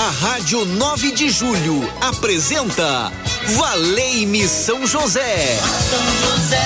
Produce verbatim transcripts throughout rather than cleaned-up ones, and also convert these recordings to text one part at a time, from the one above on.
A Rádio nove de Julho apresenta Valei-me São José. São José,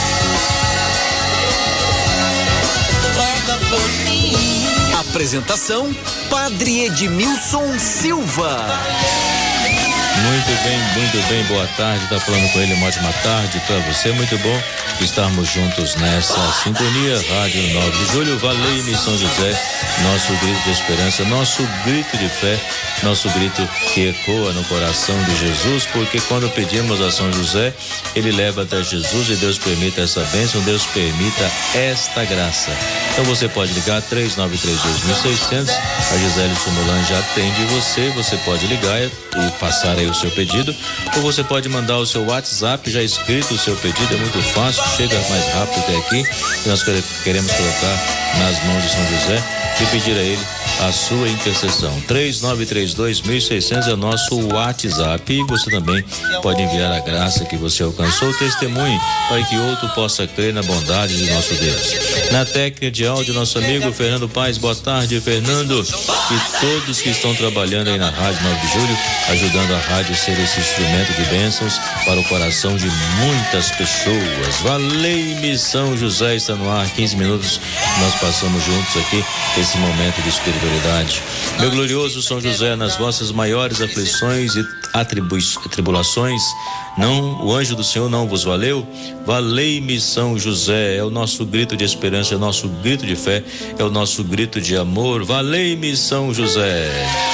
roga por mim. Apresentação: Padre Edmilson Silva. Muito bem, muito bem, boa tarde, tá falando com ele, uma ótima tarde para você, muito bom estarmos juntos nessa sintonia, Rádio nove de Julho, Valei-me São José, nosso grito de esperança, nosso grito de fé, nosso grito que ecoa no coração de Jesus, porque quando pedimos a São José, ele leva até Jesus e Deus permita essa bênção, Deus permita esta graça. Então você pode ligar três nove três dois mil e seiscentos, a Gisele Sumulan já atende você, você pode ligar e passar aí o seu pedido, ou você pode mandar o seu WhatsApp já escrito o seu pedido, é muito fácil, chega mais rápido até aqui, e nós queremos colocar nas mãos de São José e pedir a ele a sua intercessão. três nove três dois mil e seiscentos é o nosso WhatsApp, e você também pode enviar a graça que você alcançou, testemunhe para que outro possa crer na bondade de nosso Deus. Na técnica de áudio, nosso amigo Fernando Paes, boa tarde, Fernando, e todos que estão trabalhando aí na Rádio nove de Julho, ajudando a rádio a ser esse instrumento de bênçãos para o coração de muitas pessoas. Valei-me São José está no ar, quinze minutos nós passamos juntos aqui esse momento de espiritualidade. Meu glorioso São José, nas vossas maiores aflições e atribui- tribulações, não, o anjo do Senhor não vos valeu? Valei-me São José, é o nosso grito de esperança, é o nosso grito de fé, é o nosso grito de amor. Valei-me São José.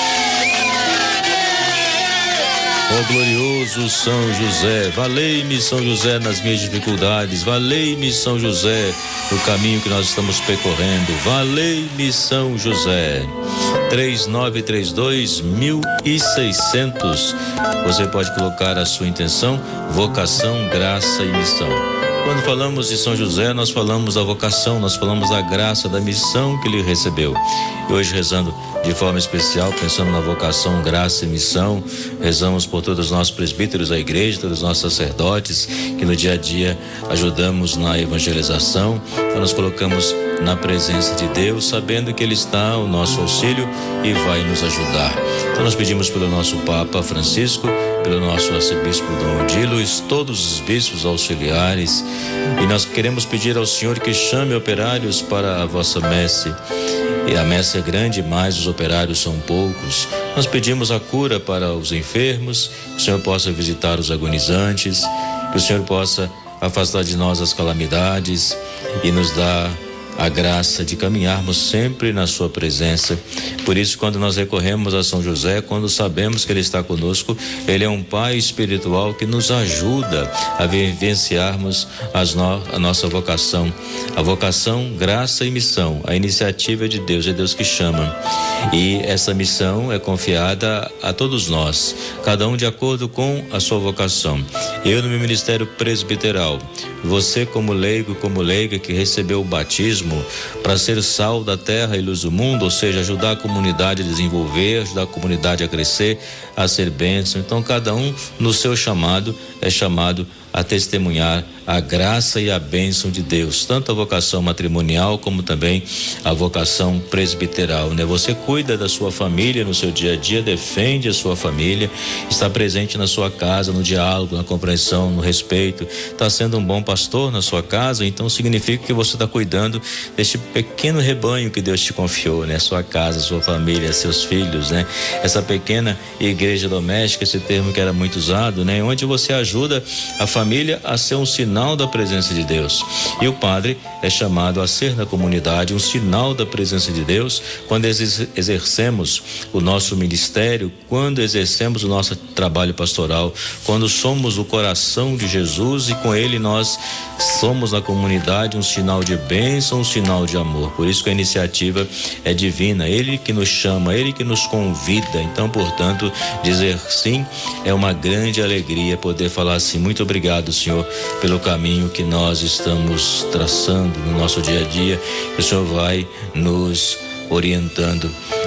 Ó glorioso São José, valei-me São José nas minhas dificuldades, valei-me São José no caminho que nós estamos percorrendo, valei-me São José. três nove três dois mil e seiscentos. Você pode colocar a sua intenção, vocação, graça e missão. Quando falamos de São José, nós falamos da vocação, nós falamos da graça, da missão que ele recebeu. E hoje, rezando de forma especial, pensando na vocação, graça e missão, rezamos por todos os nossos presbíteros da igreja, todos os nossos sacerdotes, que no dia a dia ajudamos na evangelização. Então nós colocamos na presença de Deus, sabendo que ele está ao nosso auxílio e vai nos ajudar. Então nós pedimos pelo nosso Papa Francisco, pelo nosso arcebispo Dom Odilo, todos os bispos auxiliares, e nós queremos pedir ao Senhor que chame operários para a vossa messe. E a messe é grande, mas os operários são poucos. Nós pedimos a cura para os enfermos, que o Senhor possa visitar os agonizantes, que o Senhor possa afastar de nós as calamidades e nos dar a graça de caminharmos sempre na sua presença. Por isso, quando nós recorremos a São José, quando sabemos que ele está conosco, ele é um pai espiritual que nos ajuda a vivenciarmos as no, a nossa vocação. A vocação, graça e missão. A iniciativa é de Deus, é Deus que chama. E essa missão é confiada a todos nós, cada um de acordo com a sua vocação. Eu, no meu ministério presbiteral, você como leigo, como leiga que recebeu o batismo para ser sal da terra e luz do mundo, ou seja, ajudar a comunidade a desenvolver, ajudar a comunidade a crescer, a ser bênção. Então cada um no seu chamado é chamado a testemunhar a graça e a bênção de Deus, tanto a vocação matrimonial como também a vocação presbiteral, né? Você cuida da sua família no seu dia a dia, defende a sua família, está presente na sua casa, no diálogo, na compreensão, no respeito, está sendo um bom pastor na sua casa, então significa que você está cuidando deste pequeno rebanho que Deus te confiou, né? Sua casa, sua família, seus filhos, né? Essa pequena igreja doméstica, esse termo que era muito usado, né? Onde você ajuda a família a ser um sinal da presença de Deus. E o padre é chamado a ser na comunidade um sinal da presença de Deus quando exercemos o nosso ministério, quando exercemos o nosso trabalho pastoral, quando somos o coração de Jesus e com ele nós somos na comunidade um sinal de bênção, um sinal de amor. Por isso que a iniciativa é divina, ele que nos chama, ele que nos convida. Então, portanto, dizer sim é uma grande alegria poder falar assim: muito obrigado, Senhor, pelo caminho que nós estamos traçando no nosso dia a dia, que o Senhor vai nos orientando.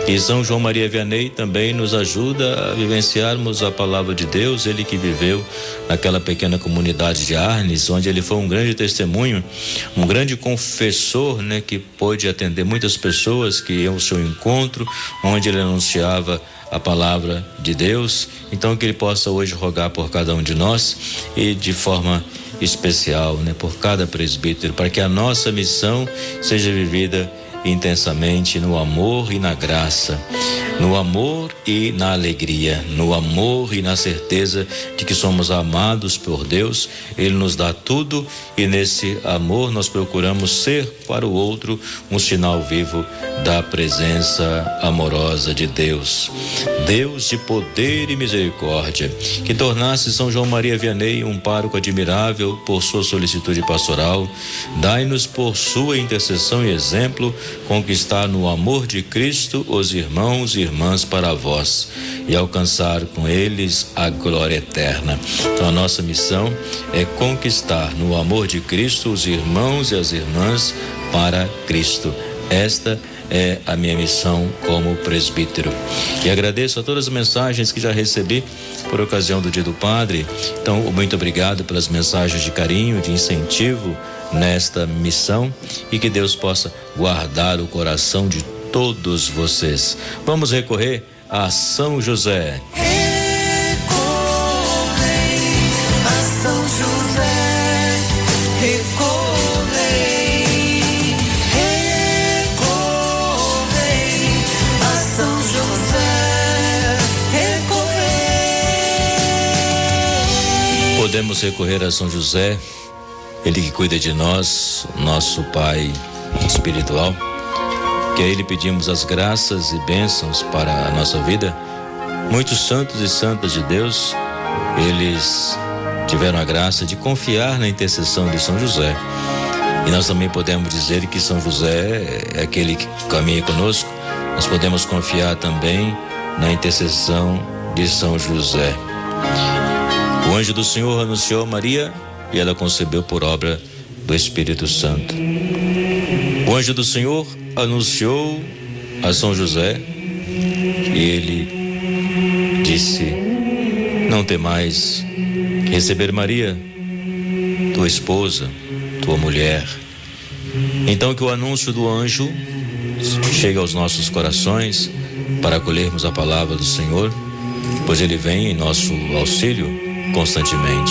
E São João Maria Vianney também nos ajuda a vivenciarmos a palavra de Deus, ele que viveu naquela pequena comunidade de Arnes, onde ele foi um grande testemunho, um grande confessor, né, que pôde atender muitas pessoas que iam ao seu encontro, onde ele anunciava a palavra de Deus. Então que ele possa hoje rogar por cada um de nós e de forma especial, né, por cada presbítero, para que a nossa missão seja vivida intensamente no amor e na graça, no amor e na alegria, no amor e na certeza de que somos amados por Deus. Ele nos dá tudo e nesse amor nós procuramos ser para o outro um sinal vivo da presença amorosa de Deus. Deus de poder e misericórdia, que tornasse São João Maria Vianney um pároco admirável por sua solicitude pastoral, dai-nos por sua intercessão e exemplo conquistar no amor de Cristo os irmãos e irmãs para vós e alcançar com eles a glória eterna. Então a nossa missão é conquistar no amor de Cristo os irmãos e as irmãs para Cristo. Esta é a minha missão como presbítero. E agradeço a todas as mensagens que já recebi por ocasião do Dia do Padre. Então, muito obrigado pelas mensagens de carinho, de incentivo nesta missão, e que Deus possa guardar o coração de todos vocês. Vamos recorrer a São José. Podemos recorrer a São José, ele que cuida de nós, nosso Pai espiritual, que a ele pedimos as graças e bênçãos para a nossa vida. Muitos santos e santas de Deus, eles tiveram a graça de confiar na intercessão de São José. E nós também podemos dizer que São José é aquele que caminha conosco. Nós podemos confiar também na intercessão de São José. O anjo do Senhor anunciou a Maria e ela concebeu por obra do Espírito Santo. O anjo do Senhor anunciou a São José e ele disse: não temais receber Maria, tua esposa, tua mulher. Então que o anúncio do anjo chegue aos nossos corações para acolhermos a palavra do Senhor, pois ele vem em nosso auxílio constantemente.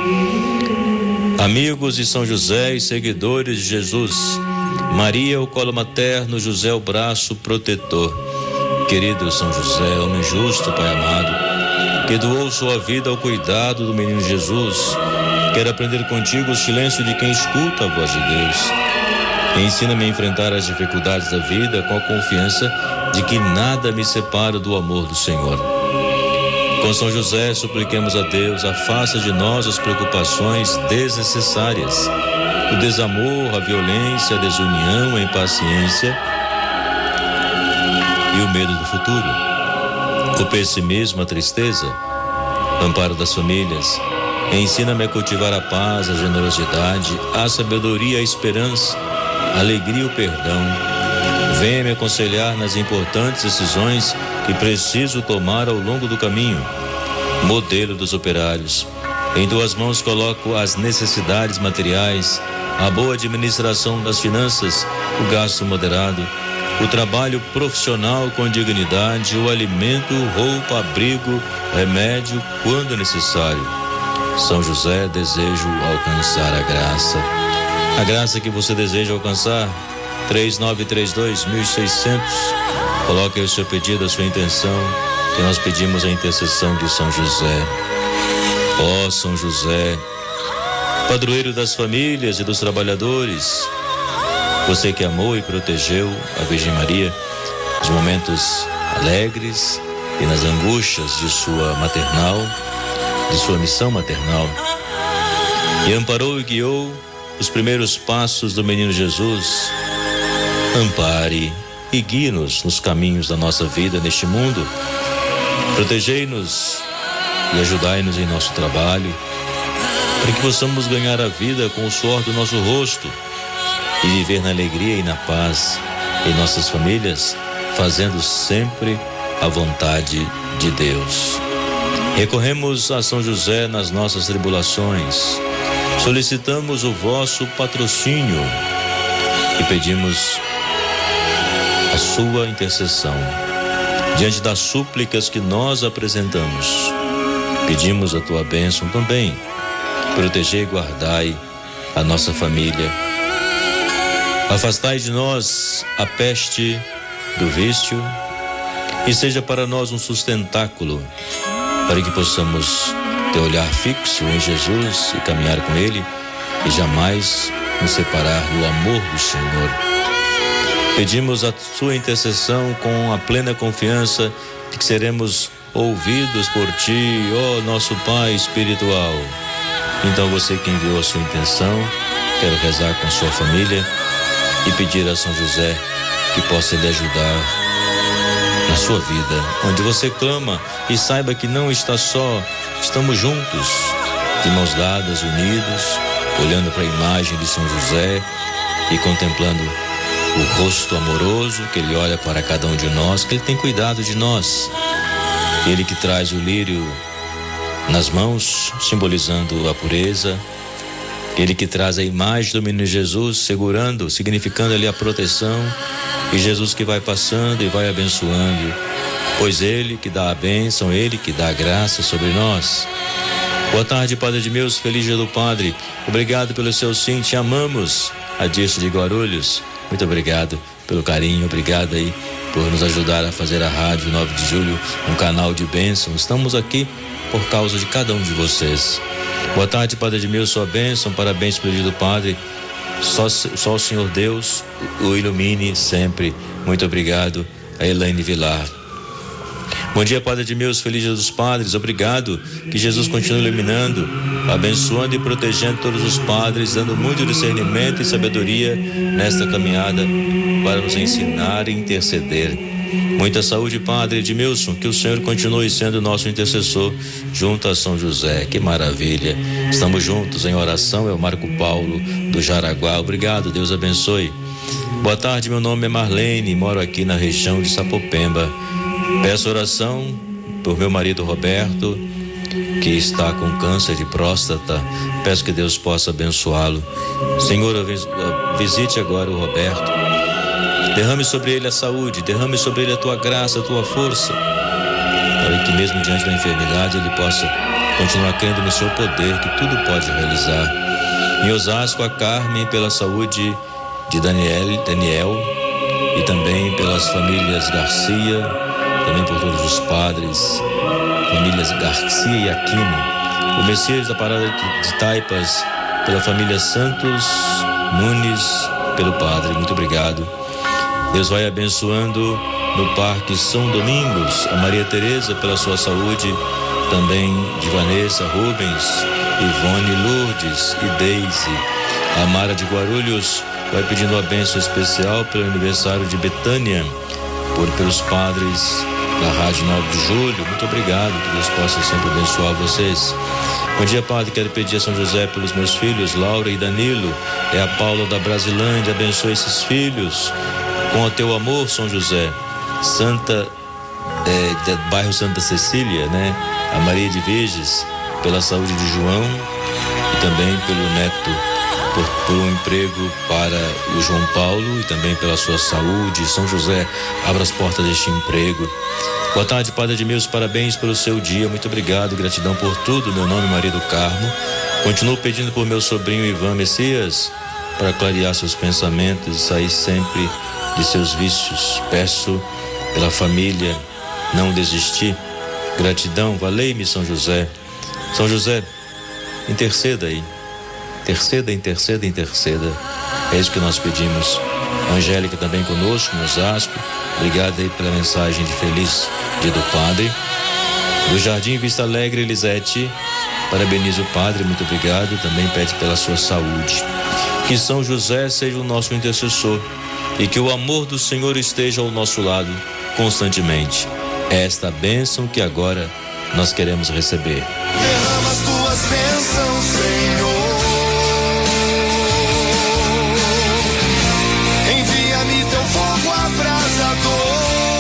Amigos de São José e seguidores de Jesus, Maria o colo materno, José o braço protetor. Querido São José, homem justo, Pai amado, que doou sua vida ao cuidado do menino Jesus, quero aprender contigo o silêncio de quem escuta a voz de Deus. Ensina-me a enfrentar as dificuldades da vida com a confiança de que nada me separa do amor do Senhor. Com São José, supliquemos a Deus, afasta de nós as preocupações desnecessárias, o desamor, a violência, a desunião, a impaciência e o medo do futuro, o pessimismo, a tristeza, amparo das famílias. Ensina-me a cultivar a paz, a generosidade, a sabedoria, a esperança, a alegria e o perdão. Venha me aconselhar nas importantes decisões que preciso tomar ao longo do caminho. Modelo dos operários, em tuas mãos coloco as necessidades materiais, a boa administração das finanças, o gasto moderado, o trabalho profissional com dignidade, o alimento, roupa, abrigo, remédio quando necessário. São José, desejo alcançar a graça. A graça que você deseja alcançar, três nove três dois, mil e seiscentos. Coloque aí o seu pedido, a sua intenção, que nós pedimos a intercessão de São José. Ó São José, padroeiro das famílias e dos trabalhadores, você que amou e protegeu a Virgem Maria nos momentos alegres e nas angústias de sua maternal, de sua missão maternal, e amparou e guiou os primeiros passos do menino Jesus, ampare e guie-nos nos caminhos da nossa vida neste mundo. Protegei-nos e ajudai-nos em nosso trabalho, para que possamos ganhar a vida com o suor do nosso rosto e viver na alegria e na paz em nossas famílias, fazendo sempre a vontade de Deus. Recorremos a São José nas nossas tribulações, solicitamos o vosso patrocínio e pedimos a sua intercessão. Diante das súplicas que nós apresentamos, pedimos a tua bênção também. Protegei e guardai a nossa família. Afastai de nós a peste do vício e seja para nós um sustentáculo, para que possamos ter olhar fixo em Jesus e caminhar com Ele e jamais nos separar do amor do Senhor. Pedimos a sua intercessão com a plena confiança de que seremos ouvidos por Ti, ó nosso Pai espiritual. Então você que enviou a sua intenção, quero rezar com a sua família e pedir a São José que possa lhe ajudar na sua vida, onde você clama e saiba que não está só, estamos juntos, de mãos dadas, unidos, olhando para a imagem de São José e contemplando o rosto amoroso que Ele olha para cada um de nós, que Ele tem cuidado de nós. Ele que traz o lírio nas mãos, simbolizando a pureza. Ele que traz a imagem do menino Jesus, segurando, significando ali a proteção. E Jesus que vai passando e vai abençoando, pois Ele que dá a bênção, Ele que dá a graça sobre nós. Boa tarde, Padre Edmilson, feliz dia do Padre. Obrigado pelo seu sim, te amamos. Adilson de Guarulhos, muito obrigado pelo carinho, obrigado aí por nos ajudar a fazer a rádio nove de julho, um canal de bênção. Estamos aqui por causa de cada um de vocês. Boa tarde, Padre Edmilson, sua bênção, parabéns pelo dia do Padre. Só, só o Senhor Deus o ilumine sempre. Muito obrigado, a Elaine Vilar. Bom dia, Padre Edmilson, feliz dia dos Padres, obrigado, que Jesus continue iluminando, abençoando e protegendo todos os padres, dando muito discernimento e sabedoria nesta caminhada para nos ensinar e interceder. Muita saúde, Padre Edmilson, que o Senhor continue sendo nosso intercessor junto a São José. Que maravilha, estamos juntos em oração. É o Marco Paulo do Jaraguá, obrigado, Deus abençoe. Boa tarde, meu nome é Marlene, moro aqui na região de Sapopemba. Peço oração por meu marido Roberto, que está com câncer de próstata. Peço que Deus possa abençoá-lo. Senhor, visite agora o Roberto. Derrame sobre ele a saúde, derrame sobre ele a tua graça, a tua força, para que mesmo diante da enfermidade ele possa continuar crendo no seu poder, que tudo pode realizar. Em Osasco, a Carmen, pela saúde de Daniel, Daniel e também pelas famílias Garcia, também por todos os padres, famílias Garcia e Aquino. O Messias da Parada de Taipas, pela família Santos Nunes, pelo Padre, muito obrigado. Deus vai abençoando no Parque São Domingos, a Maria Tereza pela sua saúde, também de Vanessa Rubens, Ivone Lourdes e Deise. A Mara de Guarulhos vai pedindo a bênção especial pelo aniversário de Betânia, por pelos padres da Rádio nove de julho. Muito obrigado, que Deus possa sempre abençoar vocês. Bom dia, Padre, quero pedir a São José pelos meus filhos, Laura e Danilo. É a Paula da Brasilândia, abençoe esses filhos com o teu amor, São José. Santa, é, de, bairro Santa Cecília, né? A Maria de Virges, pela saúde de João e também pelo neto, por, por um emprego para o João Paulo e também pela sua saúde. São José, abra as portas deste emprego. Boa tarde, Padre Edmilson, parabéns pelo seu dia, muito obrigado, gratidão por tudo. Meu nome é Maria do Carmo. Continuo pedindo por meu sobrinho Ivan Messias, para clarear seus pensamentos e sair sempre de seus vícios. Peço pela família não desistir. Gratidão, valei-me, São José. São José, interceda aí. Interceda, interceda, interceda. É isso que nós pedimos. Angélica também conosco, no Osasco. Obrigado aí pela mensagem de feliz dia do Padre. Do Jardim Vista Alegre, Elisete, parabeniza o Padre, muito obrigado. Também pede pela sua saúde. Que São José seja o nosso intercessor e que o amor do Senhor esteja ao nosso lado constantemente. É esta bênção que agora nós queremos receber. Derrama as tuas bênçãos, Senhor. Envia-me teu fogo abrasador.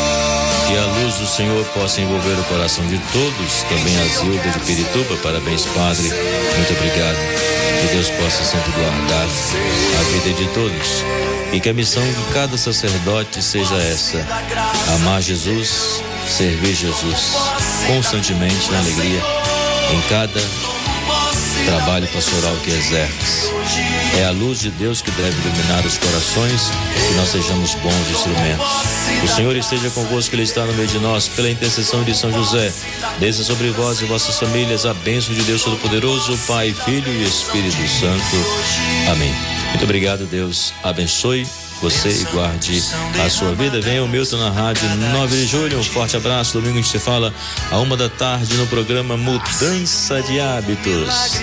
do Senhor possa envolver o coração de todos, também a Zilda de Pirituba. Parabéns, Padre, muito obrigado. Que Deus possa sempre guardar a vida de todos e que a missão de cada sacerdote seja essa: amar Jesus, servir Jesus constantemente na alegria em cada trabalho pastoral que exerce. É a luz de Deus que deve iluminar os corações e nós sejamos bons instrumentos. O Senhor esteja convosco, Ele está no meio de nós. Pela intercessão de São José, desça sobre vós e vossas famílias a bênção de Deus Todo-Poderoso, Pai, Filho e Espírito Santo. Amém. Muito obrigado, Deus abençoe você e guarde a sua vida. Venha o Milton na rádio nove de julho. Um forte abraço. Domingo a gente se fala a uma da tarde no programa Mudança de Hábitos.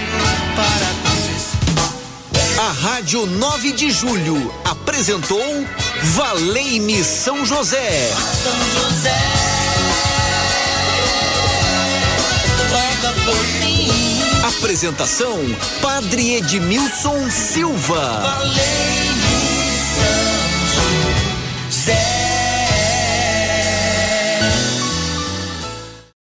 A Rádio nove de julho apresentou Valei-me São José. São José, roga por mim. Apresentação: Padre Edmilson Silva. Valei-me São José.